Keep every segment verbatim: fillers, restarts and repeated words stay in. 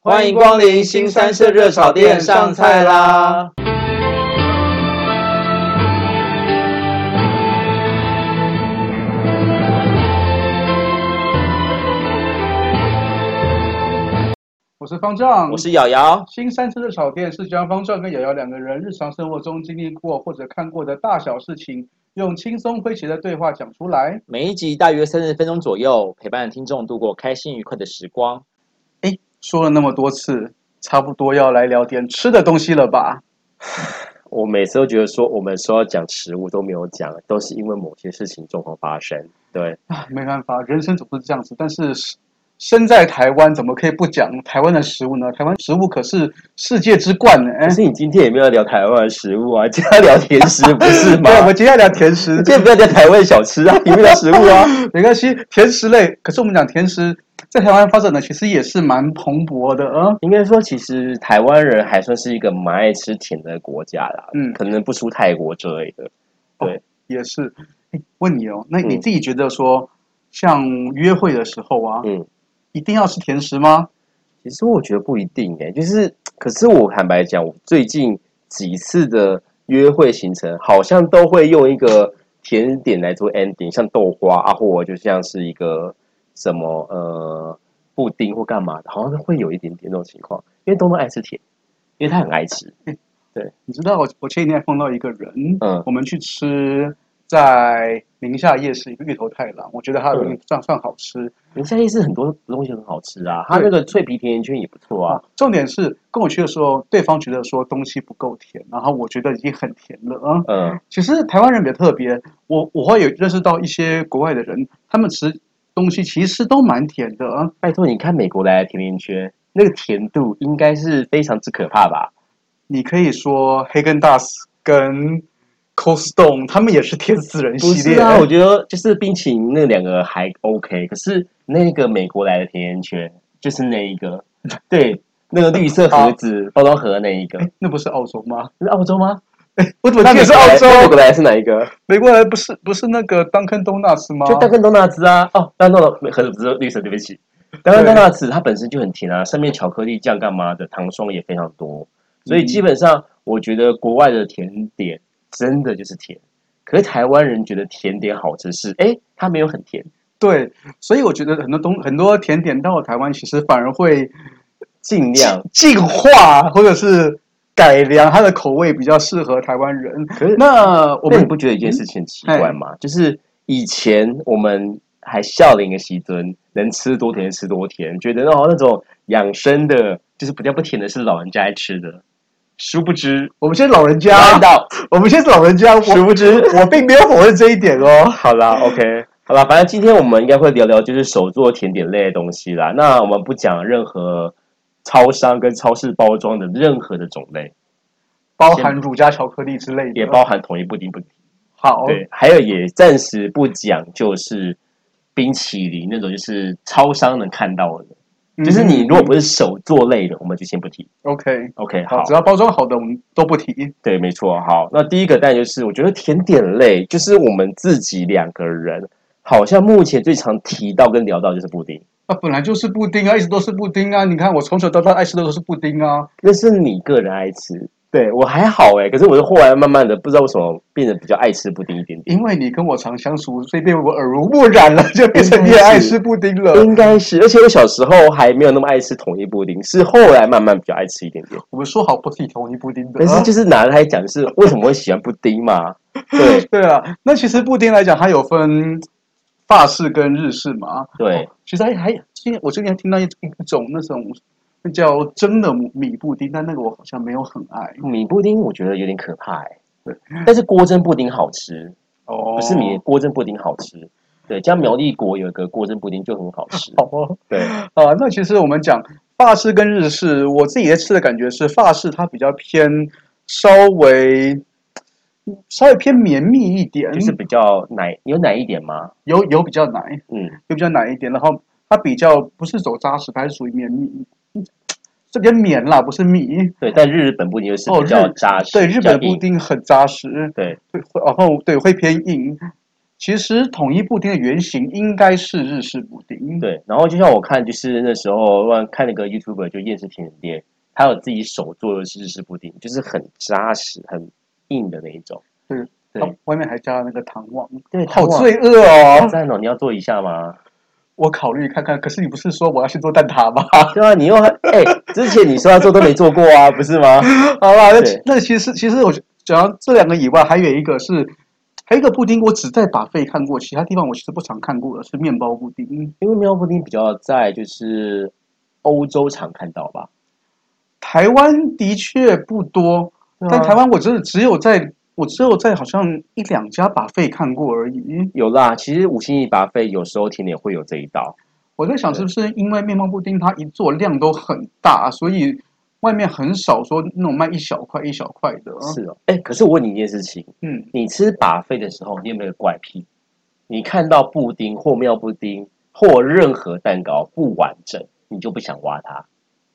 欢迎光临新三色热炒店，上菜啦！ 我是方丈， 我是瑶瑶。 新三色热炒店是将方丈跟瑶瑶两个人日常生活中经历过或者看过的大小事情，用轻松诙谐的对话讲出来。 每一集大约三十分钟左右，陪伴听众度过开心愉快的时光。 哎，说了那么多次，差不多要来聊点吃的东西了吧？ 我每次都觉得说，我们说要讲食物都没有讲，都是因为某些事情状况发生。对啊，没办法，人生总是这样子。但是身在台湾，怎么可以不讲台湾的食物呢？台湾食物可是世界之冠呢。 可是你今天也没有聊台湾的食物啊，今天要聊甜食不是吗？ 对，我们今天要聊甜食， 今天不要聊台湾小吃啊，你们聊食物啊， 没关系，甜食类。可是我们讲甜食，在台湾发展的其实也是蛮蓬勃的啊。 应该说，其实台湾人还算是一个蛮爱吃甜的国家啦，嗯，可能不输泰国之类的。对， 哦、也是。问你哦，那你自己觉得说，嗯、像约会的时候啊，嗯。一定要吃甜食吗？ 其实我觉得不一定诶，就是，可是我坦白讲，我最近几次的约会行程，好像都会用一个甜点来做 ending， 像豆花啊，或者就像是一个什么呃布丁或干嘛的，好像会有一点点那种情况。因为东东爱吃甜，因为他很爱吃。对， 你知道我我前几天碰到一个人，嗯，我们去吃。在宁夏夜市一个芋头太郎，我觉得它的东西算算好吃。 宁夏夜市很多东西很好吃啊，它那个脆皮甜甜圈也不错啊。 重点是跟我去的时候，对方觉得说东西不够甜，然后我觉得已经很甜了啊。嗯，其实台湾人比较特别，我我会有认识到一些国外的人，他们吃东西其实都蛮甜的啊。 拜托，你看美国来的甜甜圈，那个甜度应该是非常之可怕吧？ 你可以说黑根达斯跟Cold Stone 他们也是甜死人系列。 不是啊，我觉得就是冰淇淋那两个还 OK， 可是那个美国来的甜甜圈就是那一个，对，那个绿色盒子包装盒那一个， 那不是澳洲吗？ 是澳洲吗？ 哎，我怎么记得是澳洲？ 美国来的是哪一个？ 美国来的不是不是那个 Dunkin' Donuts 吗？ 就 Dunkin' Donuts 啊，哦 ，Dunkin' 盒子不是绿色，对不起 ，Dunkin' Donuts 它本身就很甜啊，上面巧克力酱干嘛的，糖霜也非常多，所以基本上我觉得国外的甜点真的就是甜。可是台湾人觉得甜点好吃是，哎，它没有很甜。 对，所以我觉得很多东很多甜点到了台湾，其实反而会尽量进化或者是改良它的口味，比较适合台湾人。 可是那我们你不觉得一件事情很奇怪吗？就是以前我们还笑龄的时阵，能吃多甜吃多甜，觉得哦那种养生的，就是比较不甜的是老人家爱吃的。殊不知， 我们现在老人家，我们现在是老人家。 殊不知， 我并没有否认这一点哦。 好啦 ，OK， 好啦，反正今天我们应该会聊聊就是手做甜点类的东西啦。那我们不讲任何超商跟超市包装的任何的种类， 包含乳加巧克力之类的， 也包含统一布丁不提。 好， 对，还有也暂时不讲就是冰淇淋那种，就是超商能看到的。就是你如果不是手做类的，我们就先不提。 OK OK， 好， 只要包装好的我们都不提。 对，没错。好，那第一个当然就是我觉得甜点类，就是我们自己两个人好像目前最常提到跟聊到就是布丁。 啊，本来就是布丁啊，一直都是布丁啊。你看我从小到大爱吃的都是布丁啊。 那是你个人爱吃。对我还好哎，可是我是后来慢慢的不知道为什么变得比较爱吃布丁一点点。 因为你跟我常相处，所以变我耳濡目染了，就变成你也爱吃布丁了。 应该是，而且我小时候还没有那么爱吃统一布丁，是后来慢慢比较爱吃一点点。 我们说好不提统一布丁的， 但是就是拿来讲，就是为什么会喜欢布丁嘛？对对啊，那其实布丁来讲，它有分法式跟日式嘛。 对， 哦、其实还还今天我最近还听到一一种那种。叫蒸的米布丁，但那个我好像没有很爱。 米布丁我觉得有点可怕哎、欸，对，但是锅蒸布丁好吃哦，不是米锅蒸布丁好吃。对，像苗栗国有一个锅蒸布丁就很好吃。 哦， 对啊，那其实我们讲法式跟日式，我自己在吃的感觉是法式它比较偏稍微稍微偏绵密一点， 就是比较奶有奶一点吗？ 有有比较奶，嗯，有比较奶一点，然后它比较不是走扎实，它是属于绵密。这边绵啦，不是密。 对，但日本布丁就是比较扎实。 哦、对，日本布丁很扎实。 对， 然后对会偏硬。 其实统一布丁的原型应该是日式布丁。 对，然后就像我看，就是那时候看那个 YouTuber 就厌世甜点店，他有自己手做的日式布丁，就是很扎实、很硬的那一种。 对对， 外面还加了那个糖网。 对， 好罪恶哦！ 好赞哦！你要做一下吗？ 我考虑看看。可是你不是说我要去做蛋挞吗？ 对啊，你又哎、欸，之前你说要做都没做过啊，不是吗？ 好啦，那那其实其实我讲到这两个以外，还有一个是。还有一个布丁，我只在把费看过，其他地方我其实不常看过的是面包布丁。 因为面包布丁比较在就是欧洲常看到吧， 台湾的确不多，啊、但台湾我真的只有在我只有在好像一两家把费看过而已。 有啦，其实五星级把费有时候甜点会有这一道。 我在想是不是因为面包布丁它一做量都很大，所以外面很少说那种卖一小块一小块的。 是哦，哎，可是我问你一件事情， 嗯， 你吃把费的时候，你有没有怪癖？你看到布丁或面包布丁或任何蛋糕不完整，你就不想挖它？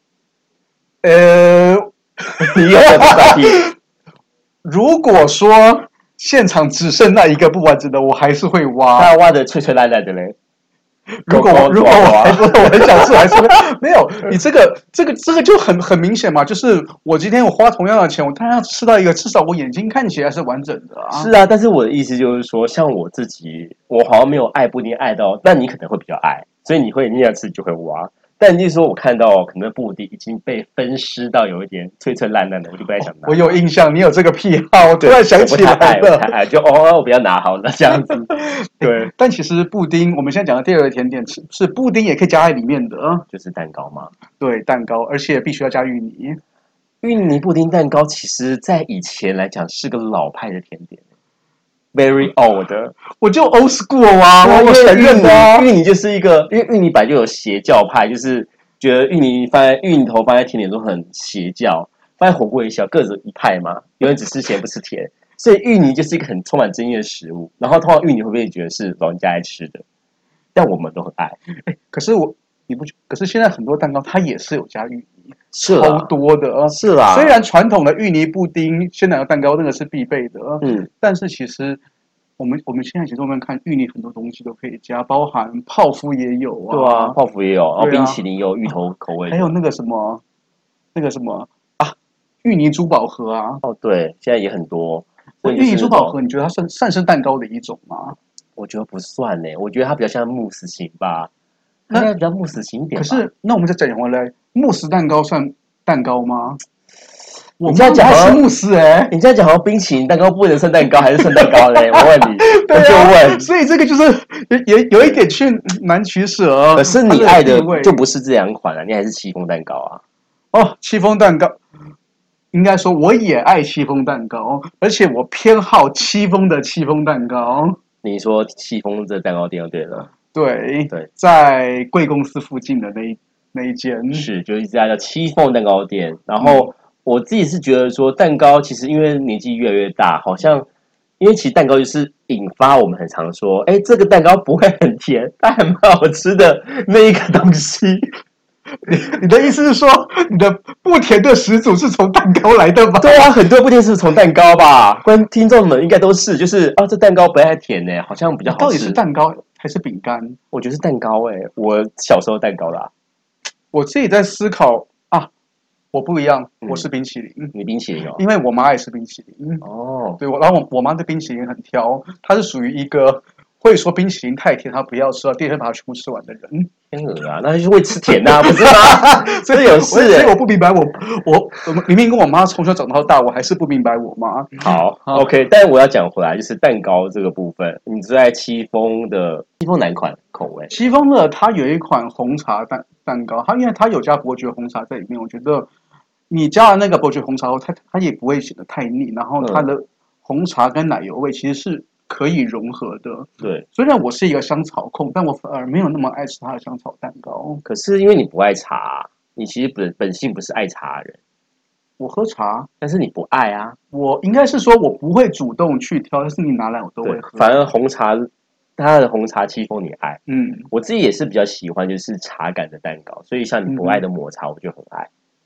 呃， 你有没有怪癖？ 如果说现场只剩那一个不完整的，我还是会挖。 那挖的脆脆烂烂的嘞。 如果我如果我还说我很想吃，还是没有。你这个这个这个就很很明显嘛，就是我今天我花同样的钱，我当然要吃到一个至少我眼睛看起来是完整的啊。 是啊，但是我的意思就是说，像我自己，我好像没有爱布丁爱到，但你可能会比较爱，所以你会那样吃就会挖。但就是说我看到可能布丁已经被分尸到有一点脆脆烂烂的，我就不太想拿。 我有印象，你有这个癖好，我突然想起来了。 我不太爱，就哦，我不要拿好了这样子。对， 但其实布丁，我们现在讲的第二个甜点是是布丁也可以加在里面的， 就是蛋糕嘛。 对，蛋糕，而且必须要加芋泥。 芋泥布丁蛋糕，其实在以前来讲是个老派的甜点。Very old， 我就 old school 啊，我我承认啊， 芋泥就是一个，因为芋泥本来就有邪教派，就是觉得芋泥放在芋泥头放在甜点中很邪教，放在火锅也小，各自一派嘛，有人只吃咸不吃甜，所以芋泥就是一个很充满争议的食物。然后通常芋泥会不会觉得是老人家爱吃的？但我们都很爱。 欸、可是我你不，可是现在很多蛋糕它也是有加芋泥， 是超多的， 是啦。 虽然传统的芋泥布丁、鲜奶油蛋糕那个是必备的， 嗯， 但是其实我们我们现在其实我们看芋泥很多东西都可以加，包含泡芙也有啊， 对啊，泡芙也有，然后冰淇淋也有芋头口味、啊， 还有那个什么那个什么啊，芋泥珠宝盒啊， 哦对，现在也很多。 芋泥珠宝盒，你觉得它算算是蛋糕的一种吗？ 我觉得不算呢，我觉得它比较像慕斯型吧，它应该比较慕斯型一点。 可是，那我们再讲回来，慕斯蛋糕算蛋糕吗？ 你这样讲是慕斯哎， 你这样讲好像冰淇淋蛋糕不能算蛋糕，还是算蛋糕嘞？我问你， 对啊、 我就问。 所以这个就是也也有一点去难取舍。 可是你爱的就不是这两款啊，你还是戚风蛋糕啊。 哦，戚风蛋糕。应该说，我也爱戚风蛋糕，而且我偏好戚风的戚风蛋糕。 你说戚风这蛋糕店就对了， 对对， 在贵公司附近的那一那一间是，就一家叫戚风蛋糕店。然后我自己是觉得说，蛋糕其实因为年纪越来越大，好像因为其实蛋糕就是引发我们很常说，哎，这个蛋糕不会很甜，但很好吃的那一个东西。 你你的意思是说，你的不甜的始祖是从蛋糕来的吗？ 对啊，很多不甜是从蛋糕吧？观听众们应该都是，就是啊，这蛋糕不太甜呢，好像比较好吃。 到底是蛋糕还是饼干？ 我觉得是蛋糕哎，我小时候蛋糕啦。 我自己在思考啊，我不一样，我是冰淇淋。 嗯、你冰淇淋哦？ 因为我妈也是冰淇淋哦。对，我然后我我妈对冰淇淋很挑，她是属于一个会说冰淇淋太甜，她不要吃了，第二天把它全部吃完的人。 天鹅啊，那就是会吃甜啊，不是吗？所以有事、欸， 所以我不明白我，我我明明跟我妈从小长到大，我还是不明白我妈。 好, 好 ，OK， 但我要讲回来，就是蛋糕这个部分，你最爱戚风的戚风哪一款口味？ 戚风的它有一款红茶蛋蛋糕，它因为它有加伯爵红茶在里面，我觉得你加了那个伯爵红茶后，它它也不会显得太腻，然后它的红茶跟奶油味其实是可以融合的。 对， 虽然我是一个香草控，但我反而没有那么爱吃它的香草蛋糕。 可是因为你不爱茶，你其实本本性不是爱茶人。 我喝茶， 但是你不爱啊。 我应该是说我不会主动去挑，但是你拿来我都会喝。 反而红茶，它的红茶戚风你爱。 嗯， 我自己也是比较喜欢就是茶感的蛋糕，所以像你不爱的抹茶我就很爱。嗯、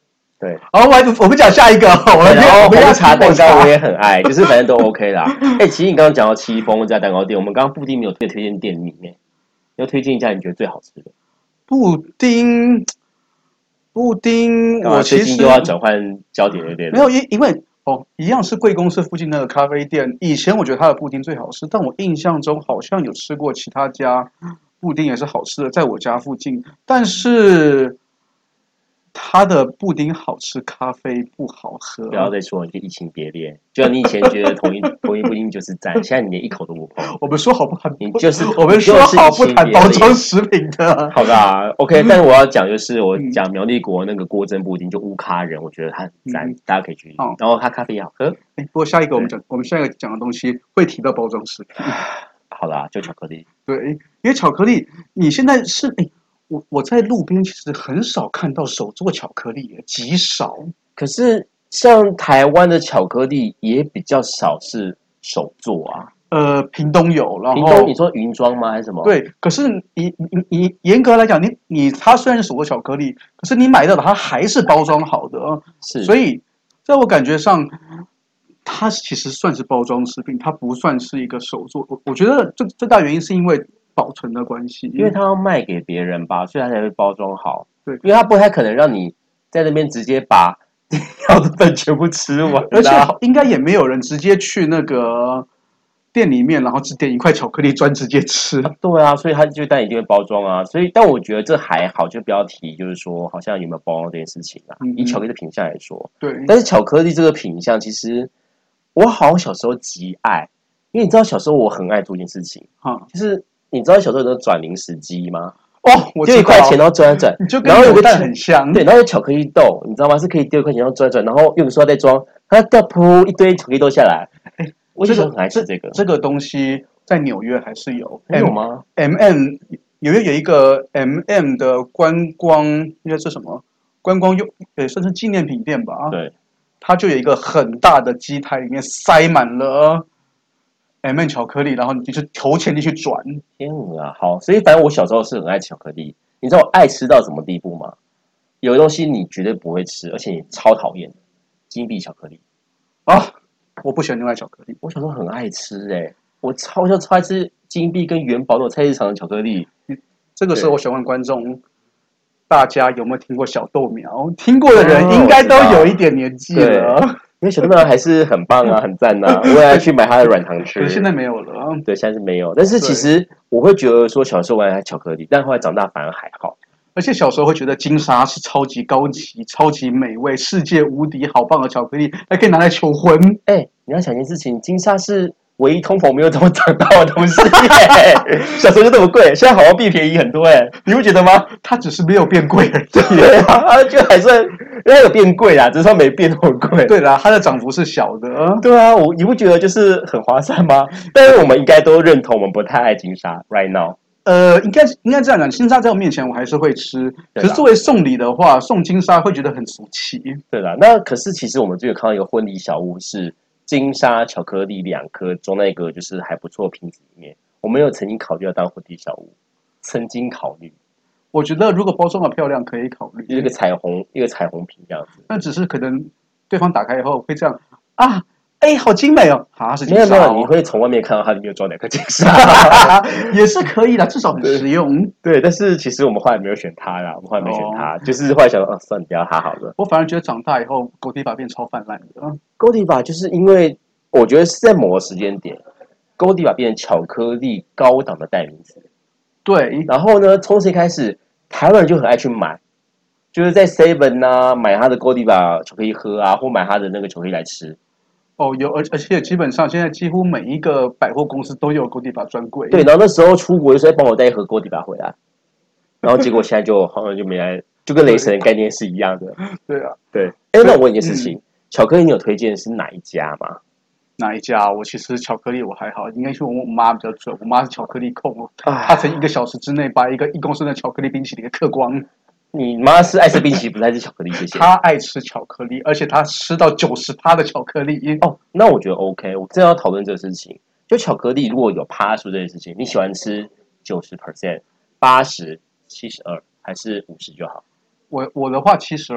对， 好，我我们讲下一个，我们然后红茶蛋糕我也也很爱，就是反正都 OK 啦。哎，其实你刚刚讲到戚风这家蛋糕店，我们刚刚布丁没有推推荐店名诶，要推荐一家你觉得最好吃的布丁。布丁，我最近又要转换焦点有点没有，因因为哦，一样是贵公司附近那个咖啡店。以前我觉得它的布丁最好吃，但我印象中好像有吃过其他家布丁也是好吃的，在我家附近，但是它的布丁好吃，咖啡不好喝。 不要再说，你就移情别恋。就像你以前觉得统一统一布丁就是赞，现在你连一口都不碰。 我们说好不谈， 你就是我们说好不谈包装食品的。 好吧 ，OK。但是我要讲就是，我讲苗栗国那个锅蒸布丁，就乌咖人，我觉得它很赞，嗯、大家可以去。然后它咖啡也好喝。 哎，不过下一个我们讲，我们下一个讲的东西会提到包装食品。 好啦，就巧克力。 对，因为巧克力，你现在是哎。我我在路边其实很少看到手做巧克力，极少。 可是像台湾的巧克力也比较少是手做啊。 呃，屏东有，然后屏东你说云庄吗？还是什么？ 对，可是你你你严格来讲，你你它虽然是手做巧克力，可是你买到的它还是包装好的， 是。 所以在我感觉上，它其实算是包装食品，它不算是一个手做。我我觉得最最大原因是因为保存的关系， 因为他要卖给别人吧，所以他才会包装好。 对， 因为他不太可能让你在那边直接把要的份全部吃完， 而且应该也没有人直接去那个店里面，然后只点一块巧克力砖直接吃。 啊对啊，所以他就但一定会包装啊。所以，但我觉得这还好，就不要提，就是说好像有没有包装这件事情啊。嗯、以巧克力的品相来说， 对， 但是巧克力这个品相，其实我好像小时候极爱，因为你知道小时候我很爱做一件事情， 哈、嗯， 就是。你知道小时候有那种转零食机吗？ 哦，我丢一块钱然后转一转， 然后有个蛋很香， 对，然后有巧克力豆，你知道吗？是可以丢一块钱然后转一转，然后用塑料袋装，它掉噗一堆巧克力豆下来。哎，我小时候很爱吃这个。 这个东西在纽约还是有， 有吗 ？M M 纽约有一个 M M 的观光，应该是什么？观光用，呃，算是纪念品店吧。 对， 它就有一个很大的机台，里面塞满了。M and 巧克力，然后你就投钱进去转。 天啊，好，所以反正我小时候是很爱吃巧克力。你知道我爱吃到什么地步吗？有的东西你绝对不会吃，而且你超讨厌金币巧克力啊！我不喜欢牛奶巧克力， 我小时候很爱吃哎、欸，我超就超爱吃金币跟元宝那种菜市场的巧克力。 这个时候我想问观众，大家有没有听过小豆苗？听过的人应该都有一点年纪了。 哦因为小豆苗还是很棒啊，很赞啊！我也要去买它的软糖吃。 可是现在没有了。 对，现在是没有。但是其实我会觉得说，小时候我爱巧克力，但后来长大反而还好。 而且小时候会觉得金沙是超级高级、超级美味、世界无敌、好棒的巧克力，还可以拿来求婚。 哎、欸，你要想一件事情，金沙是唯一通膨没有怎么涨到的东西耶。小时候就这么贵，现在好像变便宜很多哎，你不觉得吗？ 它只是没有变贵而已。 对啊，就还算。因为它有变贵啦，只是它没变那么贵。 对啦，它的涨幅是小的。 对啊，我你不觉得就是很划算吗？但是我们应该都认同，我们不太爱金沙 ，right now。 呃，应该应该这样讲，金沙在我面前我还是会吃，可是作为送礼的话，送金沙会觉得很俗气。 对啦，那可是其实我们最近有看到一个婚礼小物是金沙巧克力两颗装在一个就是还不错的瓶子里面，我们有曾经考虑要当婚礼小物，曾经考虑。 我觉得如果包装的漂亮，可以考虑。 一个彩虹，一个彩虹瓶这样子。 那只是可能对方打开以后会这样啊，哎，好精美哦！啊，是金沙、哦。 没有没有，你会从外面看到它里面有装两颗金沙， 也是可以的，至少很实用。 对，对但是其实我们后来没有选它啦，我们后来没选它，哦、就是后来想说，啊，算了，不要它好了。 我反而觉得长大以后，狗迪法变超泛滥的。 狗迪法就是因为我觉得是在某个时间点，狗迪法变成巧克力高档的代名词。 对， 然后呢，从谁开始？台湾人就很爱去买，就是在 Seven 啊买他的 Godiva 巧克力喝啊，或买他的那个巧克力来吃。 哦，有，而而且基本上现在几乎每一个百货公司都有 Godiva 专柜。 对，然后那时候出国的时候帮我带一盒 Godiva 回来，然后结果现在就好像就没来，就跟雷神的概念是一样的。 对啊， 对。哎，那我问你一件事情，嗯、巧克力你有推荐是哪一家吗？ 哪一家？我其实巧克力我还好，应该是我我妈比较准。我妈是巧克力控，她曾一个小时之内把一个一公升的巧克力冰淇淋给嗑光。 你妈是爱吃冰淇淋，不是爱吃巧克力？谢谢。 她爱吃巧克力，而且她吃到九十趴的巧克力。 哦，那我觉得 OK。我正要讨论这个事情，就巧克力如果有趴数这件事情，你喜欢吃九十 percent、八十、七十二还是五十就好？ 我我的话七十二。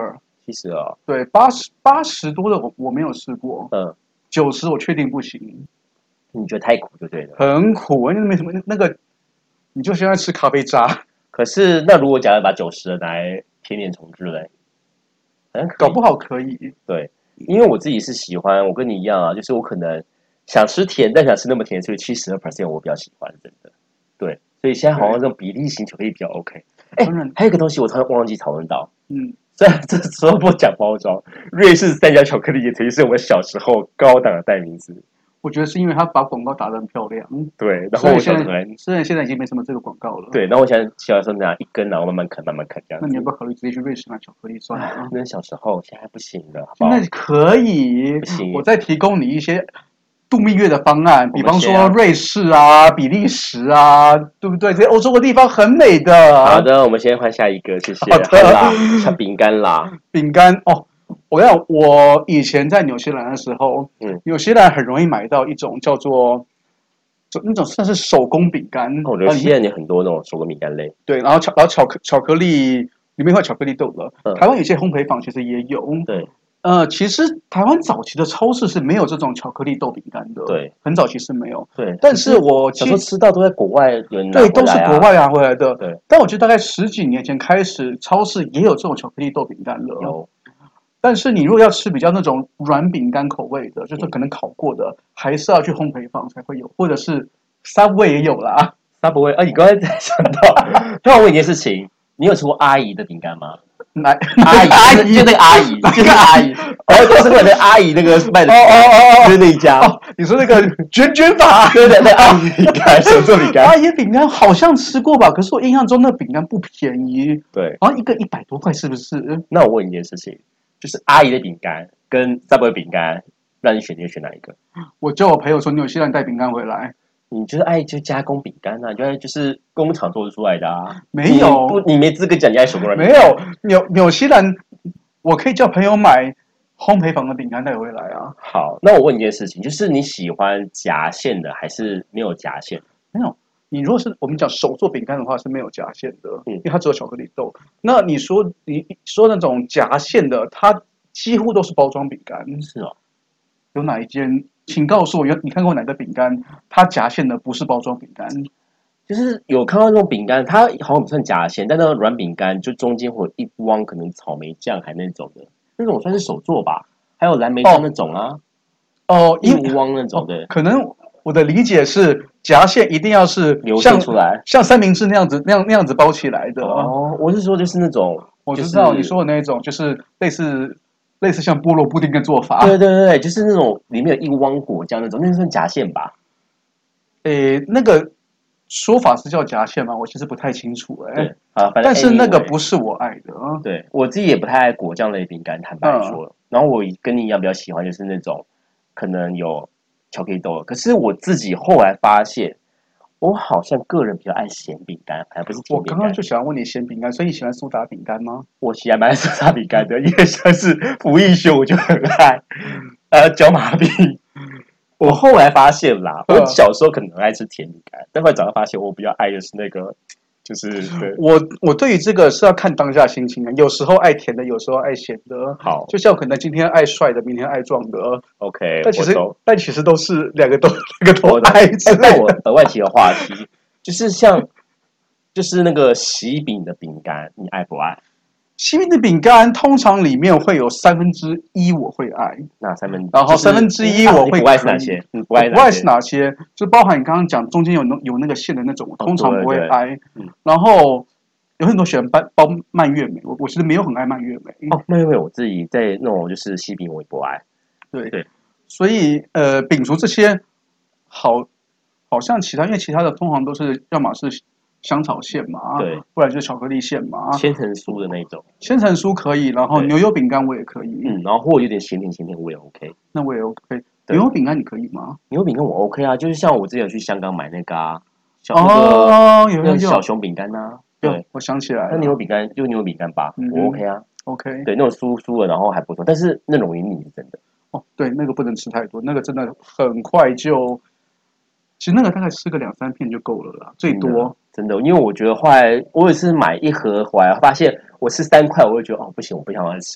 七十啊？ 对，八十八十多的我我没有试过， 嗯， 九十我确定不行。 你觉得太苦就对了， 很苦，那没什么那个，你就现在吃咖啡渣。 可是那如果假如把九十的拿来甜点重置嘞， 搞不好可以。 对，因为我自己是喜欢，我跟你一样啊，就是我可能想吃甜，但想吃那么甜，所以七十二 percent 我比较喜欢，真的。对，所以现在好像这种比例型巧克力比较 OK。哎，还有一个东西我突然忘记讨论到，嗯，虽然这时候不讲包装，瑞士三角巧克力也曾经是我们小时候高档的代名词。 我觉得是因为他把广告打得很漂亮， 对。然后我现在虽然现在已经没什么这个广告了， 对。然后我想小时候拿一根，然后慢慢啃，慢慢啃这样子。 那你要不要考虑直接去瑞士买巧克力算了？ 那小时候，现在不行了，好不好？ 现在可以， 不行。 我再提供你一些度蜜月的方案，比方说瑞士啊、比利时啊，对不对？这些欧洲的地方很美的。 好的，我们先换下一个，谢谢。好啦，像饼干啦， 饼干哦。我要我以前在纽西兰的时候，嗯，纽西兰很容易买到一种叫做，那种算是手工饼干。 我觉得现在有很多那种手工饼干类。 对，然后巧然后巧克巧克力里面会巧克力豆的。嗯、台湾有些烘焙坊其实也有。 对， 呃，其实台湾早期的超市是没有这种巧克力豆饼干的。 对， 很早期是没有。 对， 但是我小时候吃到都在国外有人拿回来、啊、 对，都是国外拿回来的。 对， 但我觉得大概十几年前开始，超市也有这种巧克力豆饼干了。 有。 但是你如果要吃比较那种软饼干口味的，就是可能烤过的，嗯、还是要去烘焙坊才会有，或者是 Subway 也有啦。 Subway， 啊，你刚才才想到，突然问一件事情，你有吃过阿姨的饼干吗？ 哪阿姨？阿姨就那个阿姨，就那个阿姨，然后就是那个阿姨那个卖的，哦哦哦，就是那一家。 哦，你说那个卷卷法， 对对对，阿姨饼干，手做饼干。 阿姨饼干好像吃过吧？可是我印象中那饼干不便宜， 对， 好像一个一百多块，是不是？ 那我问一件事情。就是阿姨的饼干跟 Subway 饼干，让你选，你会选哪一个？ 我叫我朋友从纽西兰带饼干回来。 你就是爱就加工饼干啊，你就爱就是工厂做出来的啊。 没有， 不，你没资格讲你爱手工软饼干。没有纽纽西兰，我可以叫朋友买烘焙坊的饼干带回来啊。 好，那我问你一件事情，就是你喜欢夹馅的还是没有夹馅？ 没有。你如果是我们讲手做饼干的话是没有夹馅的，嗯，因为它只有巧克力豆。那你说你说那种夹馅的，它几乎都是包装饼干。 是哦， 有哪一间？请告诉我，有你看过哪个饼干？它夹馅的不是包装饼干？ 就是有看到那种饼干，它好像不算夹馅，但那个软饼干就中间会有一汪可能草莓酱还那种的，那种算是手做吧？还有蓝莓酱那种啊， 哦， 一汪那种的， 哦，可能。我的理解是，夹馅一定要是流线出来， 像三明治那样子、那样那样子包起来的。 哦，我是说就是那种， 我知道你说的那种，就是类似类似像菠萝布丁的做法。 对对对，就是那种里面有一汪果酱那种，那算夹馅吧？ 诶，那个说法是叫夹馅吗？我其实不太清楚哎、欸。 对啊，反正但是那个不是我爱的。 对我自己也不太爱果酱类饼干，坦白说。嗯、然后我跟你一样比较喜欢就是那种可能有。巧克力豆，可是我自己后来发现，我好像个人比较爱咸饼干，而不是甜饼干。 我刚刚就想要问你咸饼干，所以你喜欢苏打饼干吗？ 我喜欢买苏打饼干的，因为像是福益修我就很爱，呃，椒麻饼。我后来发现啦，我小时候可能很爱吃甜饼干，但后来长大发现我比较爱的是那个。就是对我，我对于这个是要看当下心情的，有时候爱甜的，有时候爱咸的。 好， 就像可能今天爱帅的，明天爱壮的。 OK， 但其实但其实都是两个都两个都爱吃。 但我额外提个话题，就是像就是那个喜饼的饼干，你爱不爱？ 喜饼的饼干通常里面会有三分之一我会爱， 那三分， 然后三分之一我会不爱是哪些？你不爱不爱是哪些？就包含你刚刚讲中间有那有那个馅的那种，我通常不会爱。然后有很多喜欢包包蔓越莓，我我其实没有很爱蔓越莓。 哦，蔓越莓我自己在那种就是喜饼我也不爱。 对对，所以呃，摒除这些，好，好像其他，因为其他的通常都是要么是。香草馅嘛， 对， 不然就是巧克力馅嘛， 千层酥的那种， 千层酥可以，然后牛油饼干我也可以， 嗯，然后或有点咸甜咸甜我也 OK， 那我也 OK。牛油饼干你可以吗？ 牛油饼干我 OK 啊，就是像我之前有去香港买那个啊，小哦，有有有小熊饼干呐，对， 我想起来了， 那牛油饼干就牛油饼干吧，我 OK 啊 ，OK， 对，那种酥酥的，然后还不错，但是那容易腻是真的。 哦，对，那个不能吃太多，那个真的很快就。其实那个大概吃个两三片就够了啦，最多真的，因为我觉得后来我也是买一盒回来，发现我吃三块，我就觉得哦不行，我不想再吃了，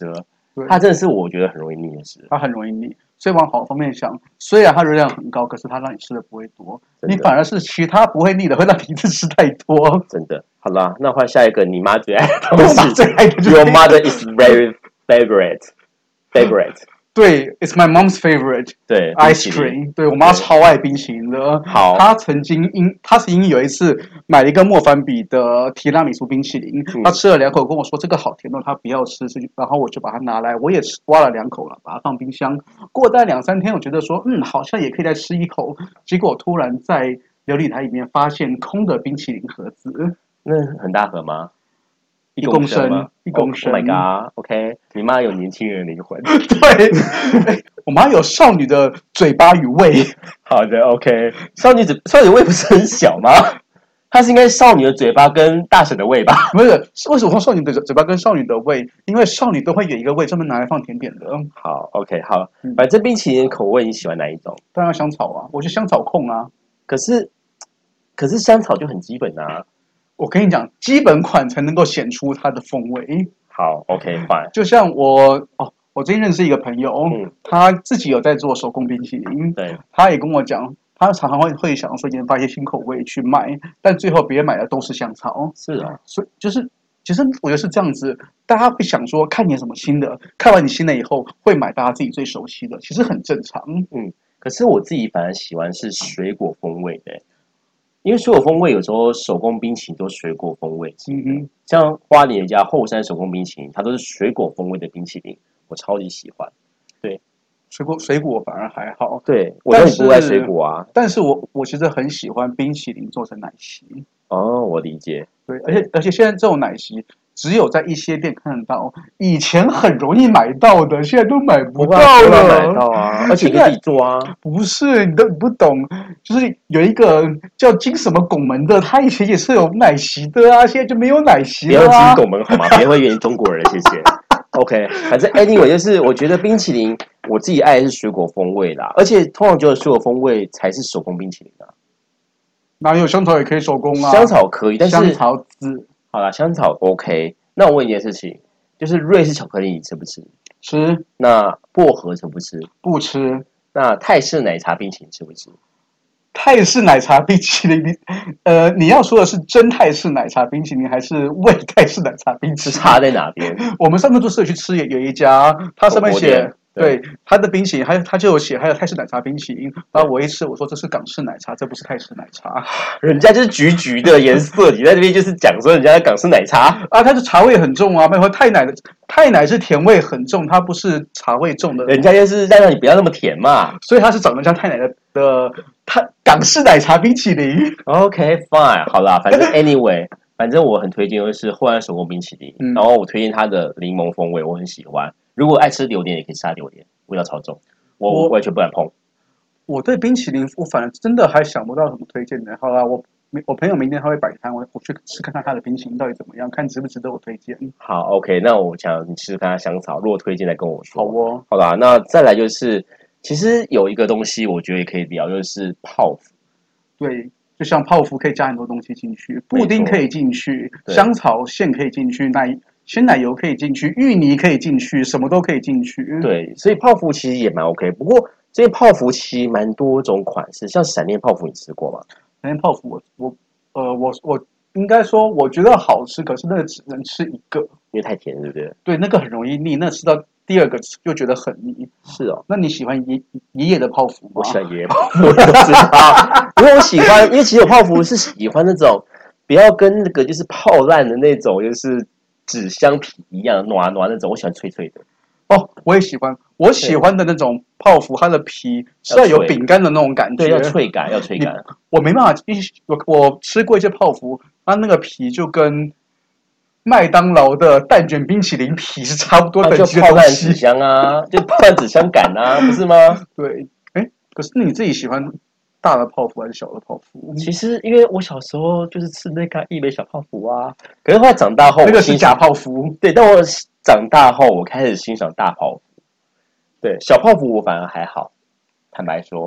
它真的是我觉得很容易腻的食。 它很容易腻，所以往好方面想，虽然它热量很高，可是它让你吃的不会多，你反而是其他不会腻的，会让你一次吃太多。 真的，好啦，那换下一个你妈最爱的东西。 我妈最爱的就是 Your mother is very favorite favorite。 对 ，It's my mom's favorite。 对 ，ice cream。对我妈超爱冰淇淋的。 好， 她曾经因她是因有一次买了一个莫凡比的提拉米苏冰淇淋，嗯、她吃了两口，跟我说这个好甜哦，她不要吃，然后我就把它拿来，我也吃挖了两口了，把它放冰箱。过了大概两三天，我觉得说，嗯，好像也可以再吃一口。结果突然在琉璃台里面发现空的冰淇淋盒子， 那很大盒吗？ 一公升，一公升。 Oh my god！OK， 你妈有年轻人的灵魂。 对，我妈有少女的嘴巴与胃。 好的 ，OK， 少女嘴少女胃不是很小吗？她是应该少女的嘴巴跟大婶的胃吧？ 不是，为什么说少女的嘴巴跟少女的胃？因为少女都会有一个胃专门拿来放甜点的。 好 ，OK， 好，反正冰淇淋口味你喜欢哪一种？ 当然香草啊，我是香草控啊。 可是，可是香草就很基本啊。 我跟你讲，基本款才能够显出它的风味。 好 ，OK， fine。 就像我哦，我最近认识一个朋友，嗯、他自己有在做手工冰淇淋， 对， 他也跟我讲，他常常会会想说研发一些新口味去卖，但最后别人买的都是香草。 是啊， 所以就是其实我觉得是这样子，大家会想说看你有什么新的，看完你新的以后会买大家自己最熟悉的，其实很正常。 嗯，可是我自己反而喜欢是水果风味的。因为水果风味有时候手工冰淇淋都水果风味，嗯哼，像花莲有一家后山手工冰淇淋，它都是水果风味的冰淇淋，我超级喜欢。对， 水果水果反而还好， 对我很不爱水果啊。 但是我我其实很喜欢冰淇淋做成奶昔。 哦，我理解。 对，而且而且现在这种奶昔只有在一些店看得到，以前很容易买到的，现在都买不到了。 买到啊，而且你可以自己做啊。 不是，你都不懂，就是有一个叫金什么拱门的，他以前也是有奶昔的啊，现在就没有奶昔了、啊。 不要金拱门好吗？别会原中国人，谢谢。OK， 反正 anyway 就是我觉得冰淇淋我自己爱的是水果风味啦，而且通常觉得水果风味才是手工冰淇淋啊。 哪有香草也可以手工啊？ 香草可以，但是香草籽好啦，香草 OK。那我问你一件事情，就是瑞士巧克力你吃不吃？ 吃。 那薄荷吃不吃？ 不吃。 那泰式奶茶冰淇淋吃不吃？ 泰式奶茶冰淇淋，呃，你要说的是真泰式奶茶冰淇淋，还是伪泰式奶茶冰淇淋？ 差在哪边？ 我们上次就是去吃有有一家，它上面写。对，它的冰淇淋，还它就有写，还有泰式奶茶冰淇淋。然后我一吃，我说这是港式奶茶，这不是泰式奶茶。 人家就是橘橘的颜色，你在这边就是讲说人家港式奶茶啊，它的茶味很重啊。没有泰奶的泰奶是甜味很重，它不是茶味重的。 人家就是让你不要那么甜嘛， 所以它是长得像泰奶的的它港式奶茶冰淇淋。 OK fine， 好啦，反正 anyway， 反正我很推荐就是后山手工冰淇淋，嗯、然后我推荐它的柠檬风味，我很喜欢。如果爱吃榴莲，也可以吃榴莲，味道超重，我, 我完全不敢碰。 我对冰淇淋，我反正真的还想不到什么推荐的。好啦，我我朋友明天他会摆摊，我我去吃看看他的冰淇淋到底怎么样，看值不值得我推荐。 好 ，OK， 那我想你吃看看香草，如果推荐来跟我说。 好哦， 好啦，那再来就是，其实有一个东西我觉得也可以聊，就是泡芙。 对，就像泡芙可以加很多东西进去，布丁可以进去，香草馅可以进去，奶。鲜奶油可以进去，芋泥可以进去，什么都可以进去。 对，所以泡芙其实也蛮 OK。不过这些泡芙其实蛮多种款式，像闪电泡芙你吃过吗？ 闪电泡芙我我呃我我应该说我觉得好吃，可是那个只能吃一个， 因为太甜，对不对？ 对，那个很容易腻，那吃到第二个就觉得很腻。 是哦， 那你喜欢爷爷爷的泡芙吗？ 我喜欢爷爷泡芙，我知道，因为我喜欢，因为其实有泡芙是喜欢那种不要跟那个就是泡烂的那种，就是纸箱皮一样暖暖那种，我喜欢脆脆的。 哦，我也喜欢，我喜欢的那种泡芙，它的皮是要有饼干的那种感觉， 对，要脆感，要脆感。 我没办法，我我吃过一些泡芙，它那个皮就跟麦当劳的蛋卷冰淇淋皮是差不多等级的东西， 就泡烂纸箱啊，就泡烂纸箱感啊，不是吗？ 对，哎，可是你自己喜欢大的泡芙还是小的泡芙？ 其实因为我小时候就是吃那个一枚小泡芙啊，可是后来长大后那个是假泡芙， 对，但我长大后我开始欣赏大泡芙，对，小泡芙我反而还好，坦白说，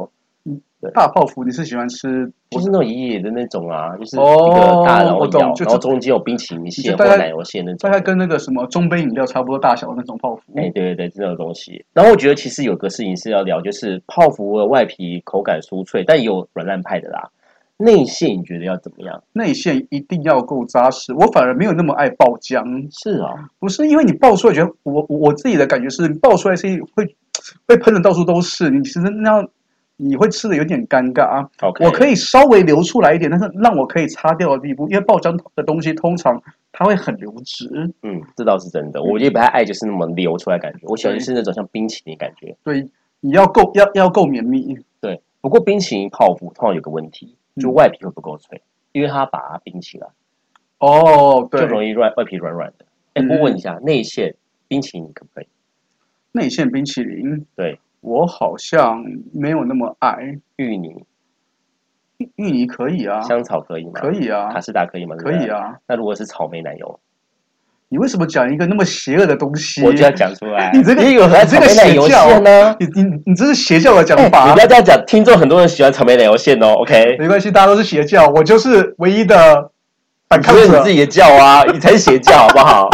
大泡芙你是喜欢吃， 就是那种爷爷的那种啊，就是一个大然后咬，然后中间有冰淇淋馅或奶油馅那种， 大概跟那个什么中杯饮料差不多大小的那种泡芙。 哎，对对对，这种东西。然后我觉得其实有个事情是要聊，就是泡芙的外皮口感酥脆，但也有软烂派的啦。内馅你觉得要怎么样？ 内馅一定要够扎实，我反而没有那么爱爆浆。 是啊、哦， 不是因为你爆出来，觉得我我自己的感觉是爆出来是会会喷的到处都是，你其实那样。你会吃的有点尴尬啊。 Okay. 我可以稍微流出来一点，但是让我可以擦掉的地步，因为爆浆的东西通常它会很流质。 嗯，这倒是真的。我也不太爱就是那么流出来感觉，我喜欢就是那种像冰淇淋感觉。 对，你要够要要够绵密。 对，不过冰淇淋泡芙通常有个问题，就外皮会不够脆，嗯、因为它把它冰起来。 哦，对， 就容易软外皮软软的。哎、欸，我问一下，内馅冰淇淋可不可以？ 内馅冰淇淋， 对。 我好像没有那么爱芋泥， 芋泥可以啊， 香草可以吗？ 可以啊， 卡士达可以吗？ 可以啊。 那如果是草莓奶油， 你为什么讲一个那么邪恶的东西？ 我就要讲出来。 你这个你有这个邪教呢？ 你你你这是邪教的讲法、 欸。你不要这样讲，听众很多人喜欢草莓奶油馅哦。OK， 没关系，大家都是邪教，我就是唯一的反抗者。 你自己的教啊，你才是邪教，好不好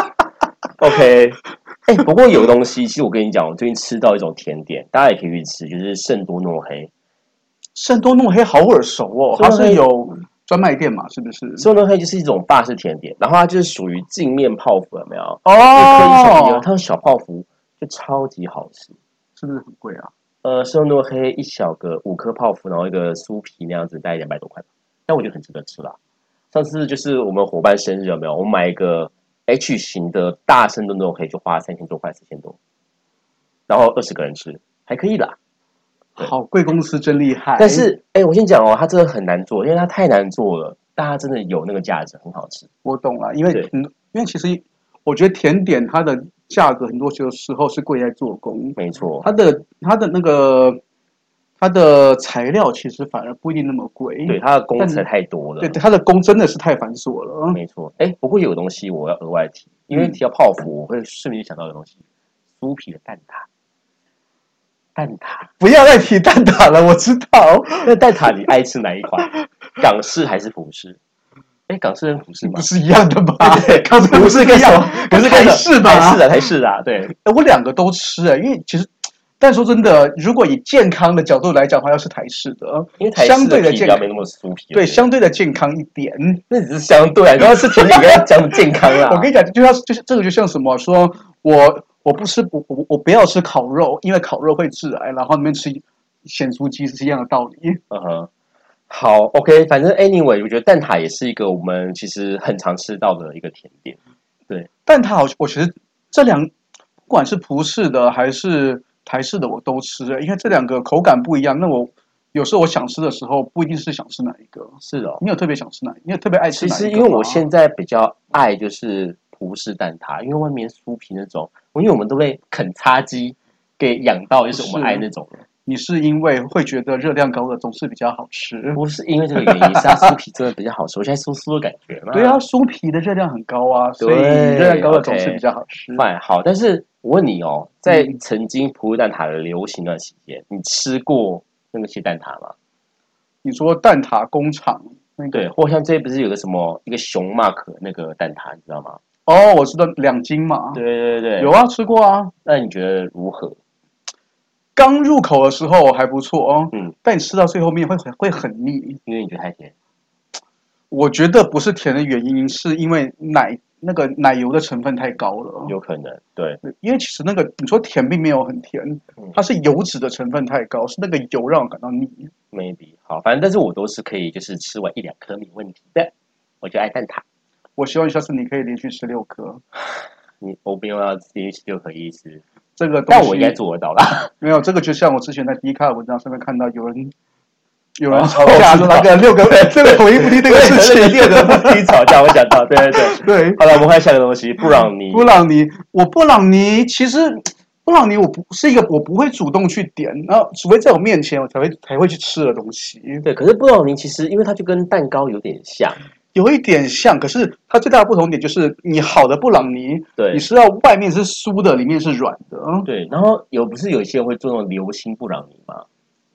？OK。哎、欸，不过有个东西，其实我跟你讲，我最近吃到一种甜点，大家也可以去吃，就是圣多诺黑。 圣多诺黑好耳熟哦，它是有专卖店嘛？是不是？ 圣多诺黑就是一种法式甜点，然后它就是属于镜面泡芙，有没有？ 哦， 它的小泡芙就超级好吃， 是不是很贵啊？ 呃，圣多诺黑一小个五颗泡芙，然后一个酥皮那样子，大概两百多块，但我觉得很值得吃啦。上次就是我们伙伴生日有没有？我买一个。H 型的大圣多诺黑就花三千多块，四千多，然后二十个人吃，还可以啦。 好，贵公司真厉害。 但是，哎、欸，我先讲哦，它真的很难做，因为它太难做了，但它真的有那个价值，很好吃。 我懂了，因为嗯，因为其实我觉得甜点它的价格很多时候是贵在做工， 没错， 它的它的那个。它的材料其实反而不一定那么贵， 对，它的工实在太多了， 对，它的工真的是太繁琐了。 没错，哎，不过有个东西我要额外提，因为提到泡芙，我会顺便想到一个东西，酥皮的蛋挞。蛋挞， 不要再提蛋挞了，我知道。 那蛋挞你爱吃哪一款？港式还是葡式？哎，港式跟葡式吗？ 不是一样的吗？ 对， 港式不是跟什么？ 不是台式吧？ 台式的，台式的，对。 我两个都吃哎，因为其实。但说真的，如果以健康的角度来讲的话，要是台式的， 因为台式的皮比较没那么酥皮， 对，相对的健康一点。 那只是相对啊，然后是甜点应该讲健康啊。 我跟你讲，就像就是这个就像什么，说我我不吃我我我不要吃烤肉，因为烤肉会致癌，然后里面吃咸酥鸡是一样的道理。 嗯哼，好 ，OK， 反正 anyway， 我觉得蛋挞也是一个我们其实很常吃到的一个甜点。对， 蛋挞我我觉得这两不管是葡式的还是台式的我都吃，因为这两个口感不一样。那我有时候我想吃的时候，不一定是想吃哪一个。 是哦， 你有特别想吃哪？你有特别爱吃哪一个？ 其实因为我现在比较爱就是葡式蛋挞，因为外面酥皮那种，因为我们都被肯叉鸡给养到，就是我们爱那种的。 你是因为会觉得热量高的总是比较好吃？ 不是因为这个原因，是它酥皮真的比较好吃，我现在酥酥的感觉嘛。 对啊，酥皮的热量很高啊，所以热量高的总是比较好吃。 fine， 好，但是我问你哦，在曾经葡式蛋挞的流行段期间，你吃过那个些蛋挞吗？ 你说蛋挞工厂那个？ 对，或像这不是有个什么一个熊 mark 那个蛋挞，你知道吗？ 哦，我知道两斤嘛。 对对对， 有啊，吃过啊。 那你觉得如何？ 刚入口的时候还不错哦， 嗯， 但你吃到最后面会很会很腻， 因为你觉得太甜。 我觉得不是甜的原因，是因为奶那个奶油的成分太高了， 有可能，对， 因为其实那个你说甜并没有很甜，它是油脂的成分太高，是那个油让我感到腻。 maybe 好，反正但是我都是可以，就是吃完一两颗没问题的，我就爱蛋挞。 我希望下次你可以连续吃六颗。 你我不用要连续六颗意思。 这个， 但我应该做得到啦。 没有，这个就像我之前在 D 卡文章上面看到有人有人吵架说那个六个这个口音不低那个事情， 六个不低吵架，我想到，对对对对。 好了，我们换下一个东西，布朗尼。 布朗尼，我布朗尼其实布朗尼我不是一个我不会主动去点，然后除非在我面前我才会才会去吃的东西。 对，可是布朗尼其实因为它就跟蛋糕有点像。 有一点像，可是它最大的不同点就是，你好的布朗尼， 对， 你是要外面是酥的，里面是软的。 对，然后有不是有些人会做那种流心布朗尼吗？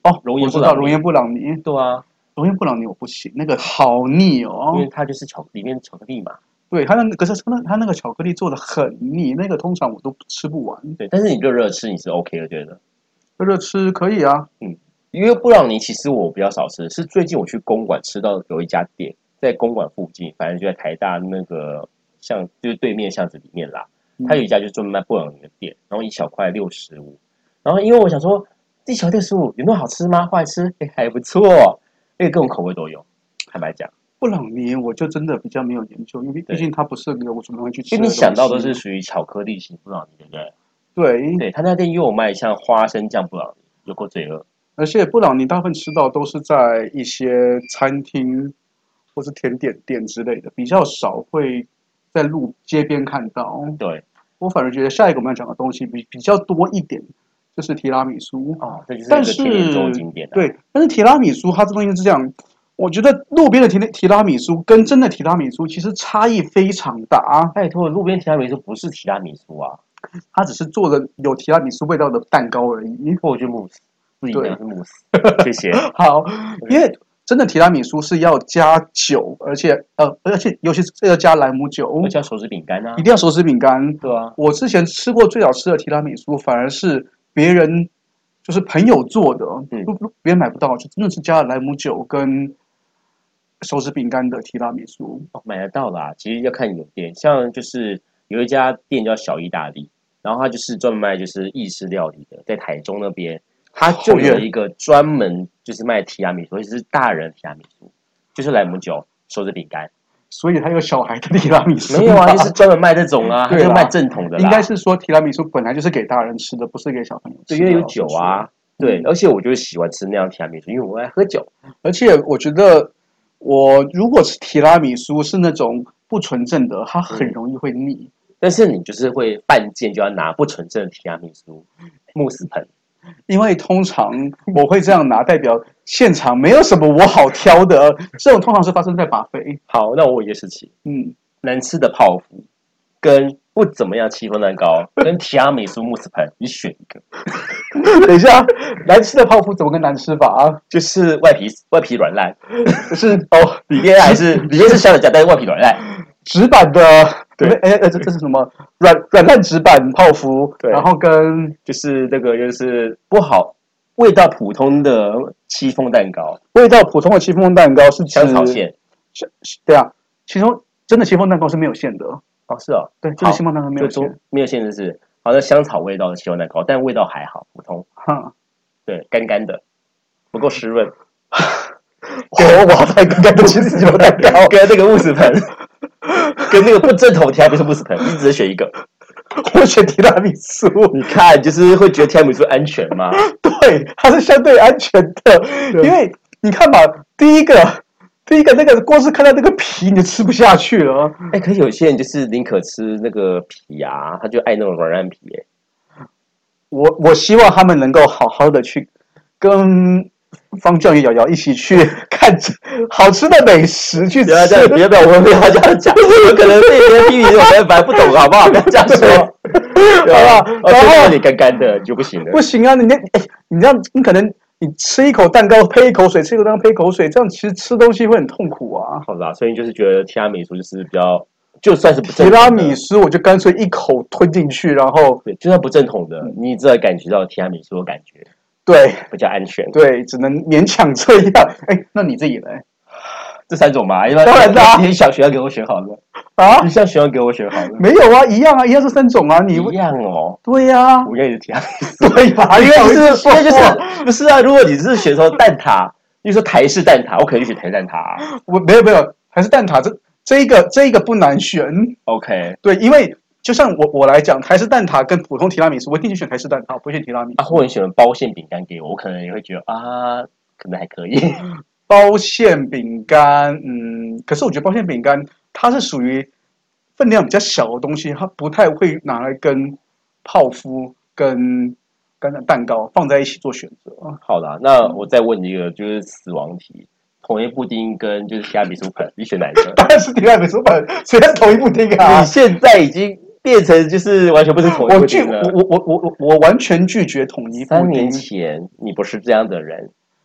哦， 熔岩布朗尼，熔岩布朗尼， 对啊， 熔岩布朗尼我不行，那个好腻哦， 因为它就是巧里面巧克力嘛。 对，它那可是它那它那个巧克力做的很腻，那个通常我都吃不完。 对，但是你热热吃你是 OK 的，觉得热热吃可以啊。 嗯，因为布朗尼其实我比较少吃，是最近我去公馆吃到有一家店在公馆附近，反正就在台大那个巷，就是对面巷子里面啦。它有一家就是专门卖布朗尼的店，然后一小块六十五。然后因为我想说，一小六十五有那么好吃吗？后来吃，哎，还不错，因为各种口味都有。坦白讲。 布朗尼我就真的比较没有研究，因为毕竟它不是我专门会去吃的。 因为你想到都是属于巧克力型布朗尼，对不对？ 对， 对，他那店又有卖像花生酱布朗尼，有够罪恶。 而且布朗尼大部分吃到都是在一些餐厅或是甜点店之类的，比较少会在路街边看到。 对， 我反而觉得下一个我们要讲的东西比比较多一点，就是提拉米苏。 哦，这就是一个甜点中的经典、啊。 对，但是提拉米苏它这东西是这样。我觉得路边的提提拉米苏跟真的提拉米苏其实差异非常大。 拜托，路边提拉米苏不是提拉米苏啊， 它只是做的有提拉米苏味道的蛋糕而已。 或者是慕斯，不一定是慕斯。谢谢。 好，因为真的提拉米苏是要加酒，而且呃，而且尤其是要加莱姆酒， 要加手指饼干啊， 一定要手指饼干。 对啊， 我之前吃过最好吃的提拉米苏，反而是别人就是朋友做的，嗯，别人买不到，就真的是加了莱姆酒跟手指饼干的提拉米苏。 哦，买得到啦。其实要看有店，像就是有一家店叫小意大利，然后它就是专门卖就是意式料理的，在台中那边，它就有一个专门就是卖提拉米苏，而且是大人提拉米苏，就是莱姆酒、手指饼干。 所以它有小孩的提拉米苏？ 没有啊，就是专门卖这种啊，它就卖正统的啦。 应该是说提拉米苏本来就是给大人吃的，不是给小朋友吃的。 对，因为有酒啊。对，而且我就是喜欢吃那样提拉米苏，因为我爱喝酒。 而且我觉得，我如果吃提拉米苏是那种不纯正的，它很容易会腻。嗯、 但是你就是会半件就要拿不纯正的提拉米苏慕斯盆， 因为通常我会这样拿，代表现场没有什么我好挑的。这种通常是发生在buffet。 好，那我问一个事情，嗯，难吃的泡芙跟不怎么样戚风蛋糕跟提拉米苏慕斯盆，你选一个。 等一下，难吃的泡芙怎么个难吃法啊？ 就是外皮外皮软烂， 是哦，里面还是里面是香的夹，但是外皮软烂。 纸板的，对，哎哎，这这是什么？软软烂纸板泡芙， 对， 然后跟就是那个就是不好，味道普通的戚风蛋糕， 味道普通的戚风蛋糕是香草馅， 是，对啊，其中真的戚风蛋糕是没有馅的。 哦，是哦， 对，真的戚风蛋糕没有馅， 没有馅的是。好像香草味道的戚风蛋糕，但味道还好，普通。 哈， 对，干干的，不够湿润。 给我瓦太干干的戚风蛋糕， 跟那个慕斯盆，跟那个不正统提拉米苏慕斯盆，你只能选一个。 我选提拉米苏。 你看，就是会觉得提拉米苏安全吗？ 对，它是相对安全的，因为你看嘛，第一个。第一个那个光是看到那个皮你就吃不下去了。 哎、欸，可是有些人就是宁可吃那个皮啊，他就爱那种软烂皮、欸。哎， 我我希望他们能够好好的去跟方丈与瑶瑶一起去看好吃的美食，去吃。 不要这样，不要不要，我们不要这样讲，有可能被别人批评，我们本来不懂，好不好？不要这样说，好不好？然后你干干的就不行了， 不行啊！你那哎，你这样你可能。你吃一口蛋糕配一口水，吃一口蛋糕配一口水，这样其实吃东西会很痛苦啊。 好啦，所以就是觉得提拉米苏就是比较，就算是不正统的提拉米苏，我就干脆一口吞进去，然后对，就算不正统的，嗯、你只要感觉到提拉米苏的感觉， 对， 比较安全。 对，只能勉强这样。哎，那你自己呢？ 这三种嘛， 当然啦， 你想选要给我选好了啊？ 你想选要给我选好了？ 没有啊，一样啊，一样是三种啊，你一样哦。 对呀、啊， 我也是提拉米苏， 对吧？因为是，因为就是不是啊？如果你是选说蛋挞，你说台式蛋挞，我可能就选台式蛋挞、啊。 我没有没有，台式蛋挞这这一个这一个不难选。 OK， 对，因为就像我我来讲，台式蛋挞跟普通提拉米苏，我一定就选台式蛋挞，我不会选提拉米苏。 啊，或者你选包馅饼干给我，我可能也会觉得啊，可能还可以。 包馅饼干，嗯，可是我觉得包馅饼干它是属于分量比较小的东西，它不太会拿来跟泡芙跟跟蛋糕放在一起做选择。 好啦，那我再问一个就是死亡题，统一布丁跟就是提拉米苏盆，你选哪一个？ 当然是提拉米苏盆，谁是统一布丁啊？ 你现在已经变成就是完全不是统一布丁了。 我拒我我我我我完全拒绝统一布丁。 三年前你不是这样的人。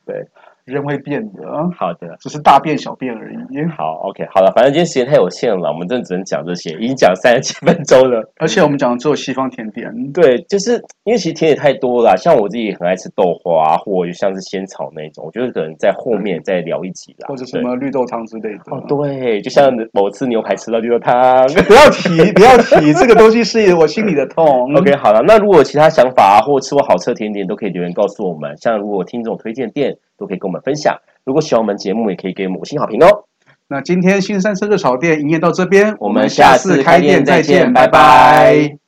对。 人会变的， 好的， 只是大变小变而已。 好 ，OK， 好了，反正今天时间太有限了，我们真的只能讲这些，已经讲三十七分钟了。 而且我们讲的只有西方甜点， 对，就是因为其实甜点太多了，像我自己也很爱吃豆花，或者像是仙草那种，我觉得可能在后面再聊一集啦， 或者什么绿豆汤之类的。 哦，对，就像某次牛排吃到绿豆汤， 不要提，不要提，这个东西是我心里的痛。 OK， 好了，那如果有其他想法啊，或者吃过好吃的甜点，都可以留言告诉我们。像如果听这种推荐店，都可以跟我们分享。如果喜欢我们节目，也可以给我们五星好评哦。 那今天新山色热炒店营业到这边， 我们下次开店再见，拜拜。